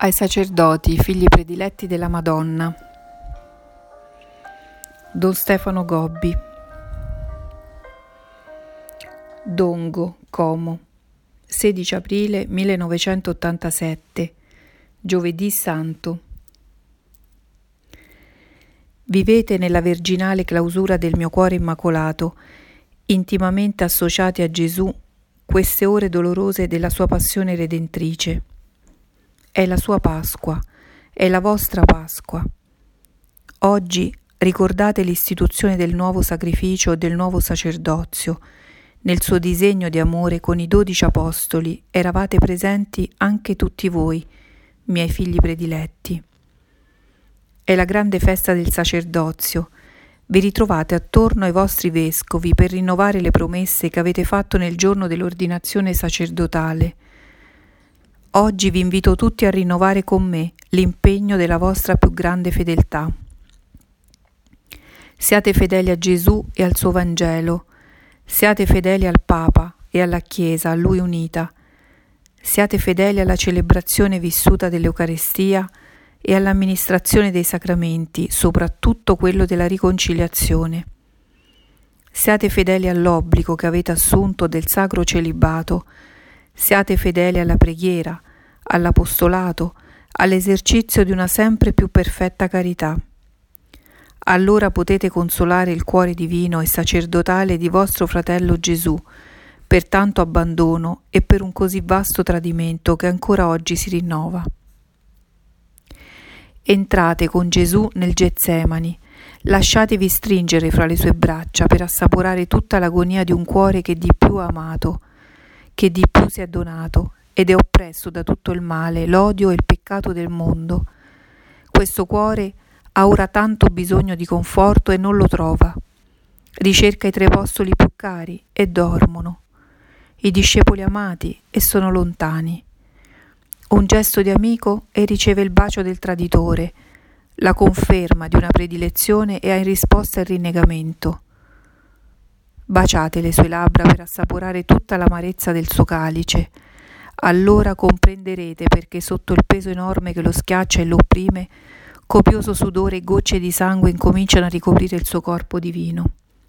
Ai sacerdoti, figli prediletti della Madonna. Don Stefano Gobbi. Dongo, Como, 16 aprile 1987, Giovedì Santo. Vivete nella virginale clausura del mio cuore immacolato, intimamente associati a Gesù, queste ore dolorose della sua passione redentrice. È la sua Pasqua, è la vostra Pasqua. Oggi ricordate l'istituzione del nuovo sacrificio, del nuovo sacerdozio. Nel suo disegno di amore con i 12 apostoli eravate presenti anche tutti voi, miei figli prediletti. È la grande festa del sacerdozio. Vi ritrovate attorno ai vostri vescovi per rinnovare le promesse che avete fatto nel giorno dell'ordinazione sacerdotale. Oggi vi invito tutti a rinnovare con me l'impegno della vostra più grande fedeltà. Siate fedeli a Gesù e al suo Vangelo. Siate fedeli al Papa e alla Chiesa, a Lui unita. Siate fedeli alla celebrazione vissuta dell'Eucaristia e all'amministrazione dei sacramenti, soprattutto quello della riconciliazione. Siate fedeli all'obbligo che avete assunto del sacro celibato. Siate fedeli alla preghiera, all'apostolato, all'esercizio di una sempre più perfetta carità. Allora potete consolare il cuore divino e sacerdotale di vostro fratello Gesù per tanto abbandono e per un così vasto tradimento che ancora oggi si rinnova. Entrate con Gesù nel Getsemani, lasciatevi stringere fra le sue braccia per assaporare tutta l'agonia di un cuore che di più ha amato, che di più si è donato ed è oppresso da tutto il male, l'odio e il peccato del mondo. Questo cuore ha ora tanto bisogno di conforto e non lo trova. Ricerca i 3 apostoli più cari e dormono, i discepoli amati e sono lontani. Un gesto di amico e riceve il bacio del traditore, la conferma di una predilezione e ha in risposta il rinnegamento. Baciate le sue labbra per assaporare tutta l'amarezza del suo calice. Allora comprenderete perché sotto il peso enorme che lo schiaccia e lo opprime, copioso sudore e gocce di sangue incominciano a ricoprire il suo corpo divino.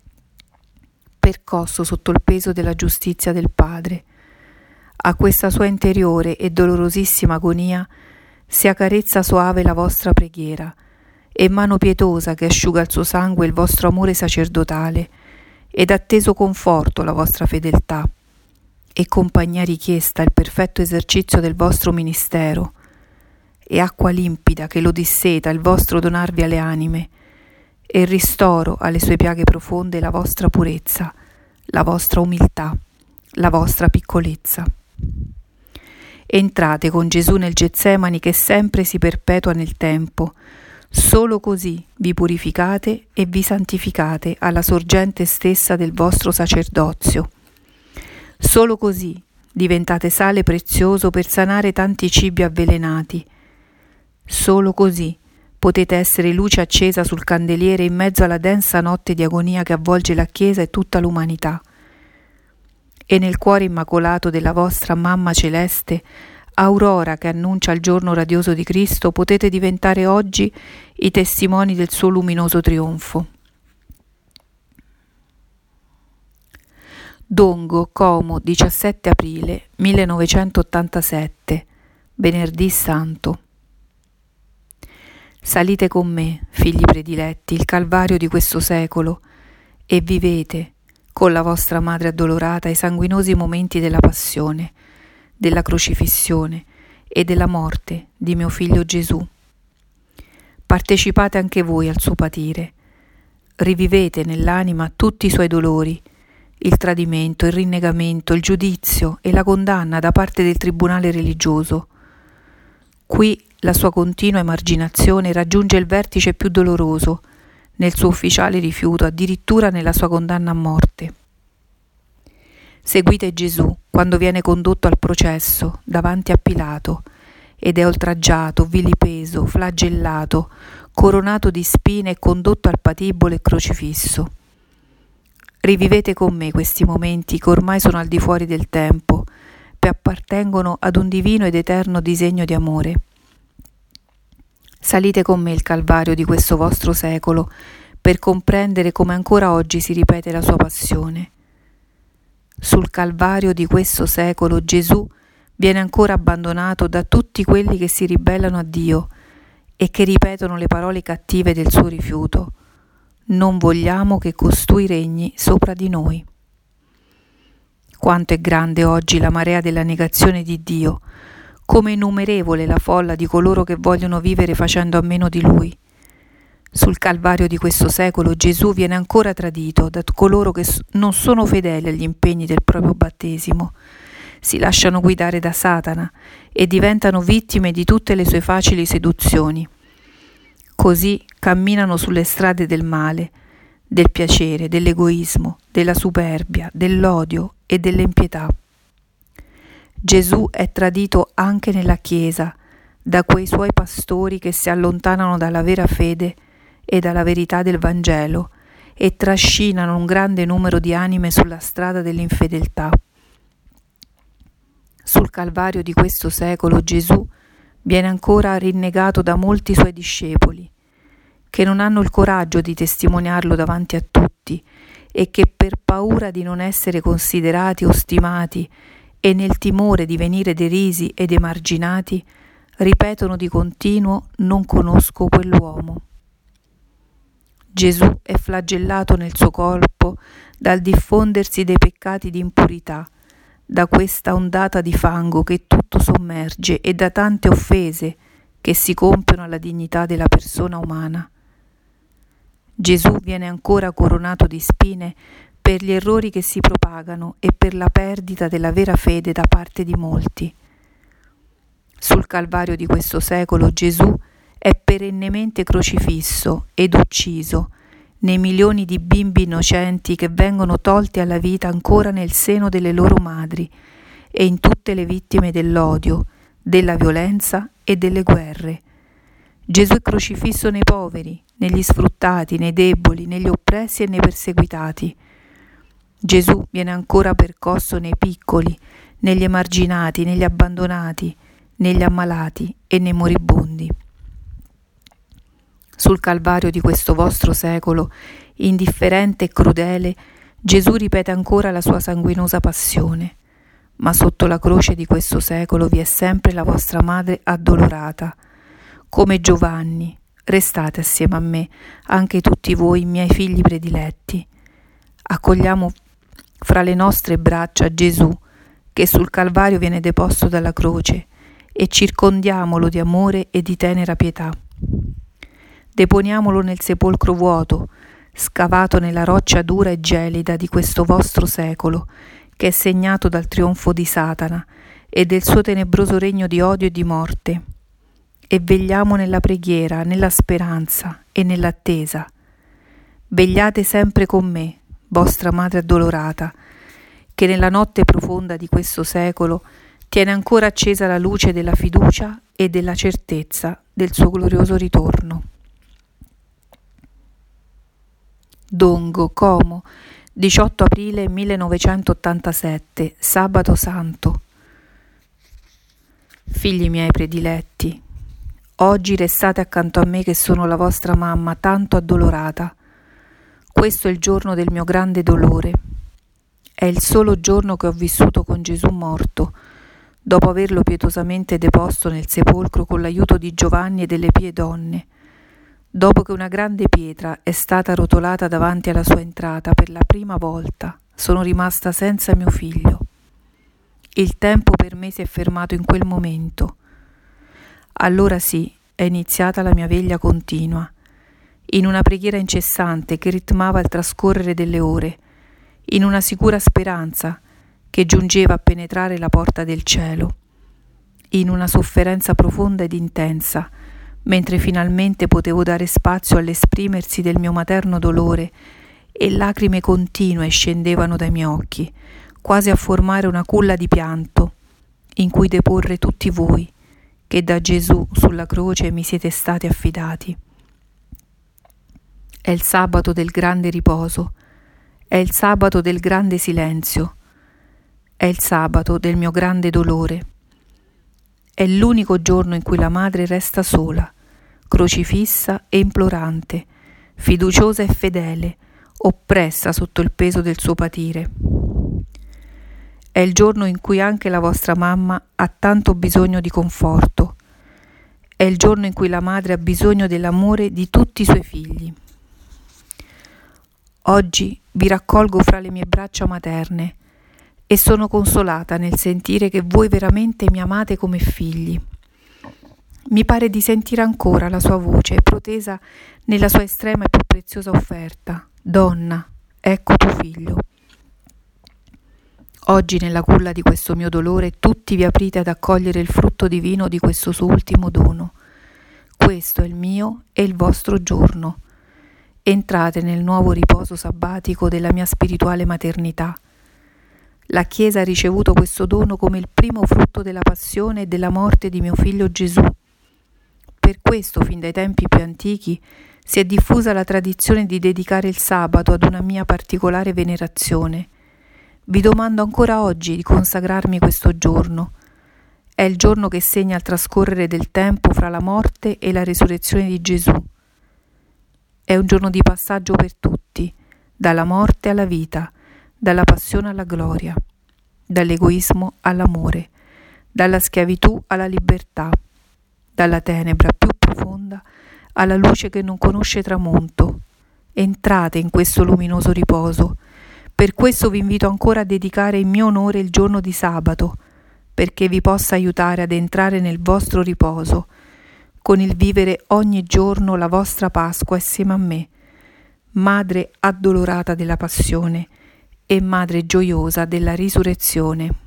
Percosso sotto il peso della giustizia del Padre. A questa sua interiore e dolorosissima agonia si accarezza soave la vostra preghiera, e mano pietosa che asciuga il suo sangue il vostro amore sacerdotale, ed atteso conforto la vostra fedeltà, e compagnia richiesta il perfetto esercizio del vostro ministero, e acqua limpida che lo disseta il vostro donarvi alle anime, e ristoro alle sue piaghe profonde la vostra purezza, la vostra umiltà, la vostra piccolezza. Entrate con Gesù nel Getsemani che sempre si perpetua nel tempo. Solo così vi purificate e vi santificate alla sorgente stessa del vostro sacerdozio. Solo così diventate sale prezioso per sanare tanti cibi avvelenati. Solo così potete essere luce accesa sul candeliere in mezzo alla densa notte di agonia che avvolge la Chiesa e tutta l'umanità. E nel cuore immacolato della vostra Mamma Celeste, aurora che annuncia il giorno radioso di Cristo, potete diventare oggi i testimoni del suo luminoso trionfo. Dongo, Como, 17 aprile 1987, Venerdì Santo. Salite con me, figli prediletti, il calvario di questo secolo, e vivete con la vostra madre addolorata i sanguinosi momenti della passione, della crocifissione e della morte di mio figlio Gesù. Partecipate anche voi al suo patire. Rivivete nell'anima tutti i suoi dolori, il tradimento, il rinnegamento, il giudizio e la condanna da parte del tribunale religioso. Qui la sua continua emarginazione raggiunge il vertice più doloroso, nel suo ufficiale rifiuto, addirittura nella sua condanna a morte. Seguite Gesù quando viene condotto al processo davanti a Pilato ed è oltraggiato, vilipeso, flagellato, coronato di spine e condotto al patibolo e crocifisso. Rivivete con me questi momenti che ormai sono al di fuori del tempo, che appartengono ad un divino ed eterno disegno di amore. Salite con me il calvario di questo vostro secolo per comprendere come ancora oggi si ripete la sua passione. Sul calvario di questo secolo Gesù viene ancora abbandonato da tutti quelli che si ribellano a Dio e che ripetono le parole cattive del suo rifiuto. Non vogliamo che costui regni sopra di noi. Quanto è grande oggi la marea della negazione di Dio, come innumerevole la folla di coloro che vogliono vivere facendo a meno di Lui. Sul calvario di questo secolo Gesù viene ancora tradito da coloro che non sono fedeli agli impegni del proprio battesimo, si lasciano guidare da Satana e diventano vittime di tutte le sue facili seduzioni. Così camminano sulle strade del male, del piacere, dell'egoismo, della superbia, dell'odio e dell'impietà. Gesù è tradito anche nella Chiesa da quei suoi pastori che si allontanano dalla vera fede e dalla verità del Vangelo e trascinano un grande numero di anime sulla strada dell'infedeltà. Sul calvario di questo secolo Gesù viene ancora rinnegato da molti suoi discepoli, che non hanno il coraggio di testimoniarlo davanti a tutti e che per paura di non essere considerati o stimati e nel timore di venire derisi ed emarginati, ripetono di continuo: non conosco quell'uomo. Gesù è flagellato nel suo corpo dal diffondersi dei peccati di impurità, da questa ondata di fango che tutto sommerge e da tante offese che si compiono alla dignità della persona umana. Gesù viene ancora coronato di spine per gli errori che si propagano e per la perdita della vera fede da parte di molti. Sul calvario di questo secolo Gesù è perennemente crocifisso ed ucciso nei milioni di bimbi innocenti che vengono tolti alla vita ancora nel seno delle loro madri e in tutte le vittime dell'odio, della violenza e delle guerre. Gesù è crocifisso nei poveri, negli sfruttati, nei deboli, negli oppressi e nei perseguitati. Gesù viene ancora percosso nei piccoli, negli emarginati, negli abbandonati, negli ammalati e nei moribondi. Sul calvario di questo vostro secolo, indifferente e crudele, Gesù ripete ancora la sua sanguinosa passione. Ma sotto la croce di questo secolo vi è sempre la vostra madre addolorata. Come Giovanni, restate assieme a me, anche tutti voi, miei figli prediletti. Accogliamo fra le nostre braccia Gesù, che sul calvario viene deposto dalla croce, e circondiamolo di amore e di tenera pietà. Deponiamolo nel sepolcro vuoto, scavato nella roccia dura e gelida di questo vostro secolo, che è segnato dal trionfo di Satana e del suo tenebroso regno di odio e di morte. E vegliamo nella preghiera, nella speranza e nell'attesa. Vegliate sempre con me, vostra madre addolorata, che nella notte profonda di questo secolo tiene ancora accesa la luce della fiducia e della certezza del suo glorioso ritorno. Dongo, Como, 18 aprile 1987, Sabato Santo. Figli miei prediletti, oggi restate accanto a me che sono la vostra mamma tanto addolorata. Questo è il giorno del mio grande dolore. È il solo giorno che ho vissuto con Gesù morto, dopo averlo pietosamente deposto nel sepolcro con l'aiuto di Giovanni e delle pie donne, dopo che una grande pietra è stata rotolata davanti alla sua entrata per la prima volta, sono rimasta senza mio figlio. Il tempo per me si è fermato in quel momento. Allora sì, è iniziata la mia veglia continua, in una preghiera incessante che ritmava il trascorrere delle ore, in una sicura speranza che giungeva a penetrare la porta del cielo, in una sofferenza profonda ed intensa, mentre finalmente potevo dare spazio all'esprimersi del mio materno dolore e lacrime continue scendevano dai miei occhi, quasi a formare una culla di pianto in cui deporre tutti voi che da Gesù sulla croce mi siete stati affidati. È il sabato del grande riposo, è il sabato del grande silenzio, è il sabato del mio grande dolore. È l'unico giorno in cui la madre resta sola, crocifissa e implorante, fiduciosa e fedele, oppressa sotto il peso del suo patire. È il giorno in cui anche la vostra mamma ha tanto bisogno di conforto. È il giorno in cui la madre ha bisogno dell'amore di tutti i suoi figli. Oggi vi raccolgo fra le mie braccia materne e sono consolata nel sentire che voi veramente mi amate come figli. Mi pare di sentire ancora la sua voce protesa nella sua estrema e più preziosa offerta. Donna, ecco tuo figlio. Oggi nella culla di questo mio dolore tutti vi aprite ad accogliere il frutto divino di questo suo ultimo dono. Questo è il mio e il vostro giorno. Entrate nel nuovo riposo sabbatico della mia spirituale maternità. La Chiesa ha ricevuto questo dono come il primo frutto della passione e della morte di mio figlio Gesù. Per questo, fin dai tempi più antichi, si è diffusa la tradizione di dedicare il sabato ad una mia particolare venerazione. Vi domando ancora oggi di consacrarmi questo giorno. È il giorno che segna il trascorrere del tempo fra la morte e la risurrezione di Gesù. È un giorno di passaggio per tutti, dalla morte alla vita, dalla passione alla gloria, dall'egoismo all'amore, dalla schiavitù alla libertà, dalla tenebra più profonda alla luce che non conosce tramonto. Entrate in questo luminoso riposo. Per questo vi invito ancora a dedicare in mio onore il giorno di sabato, perché vi possa aiutare ad entrare nel vostro riposo, con il vivere ogni giorno la vostra Pasqua assieme a me, Madre addolorata della Passione e Madre gioiosa della Risurrezione.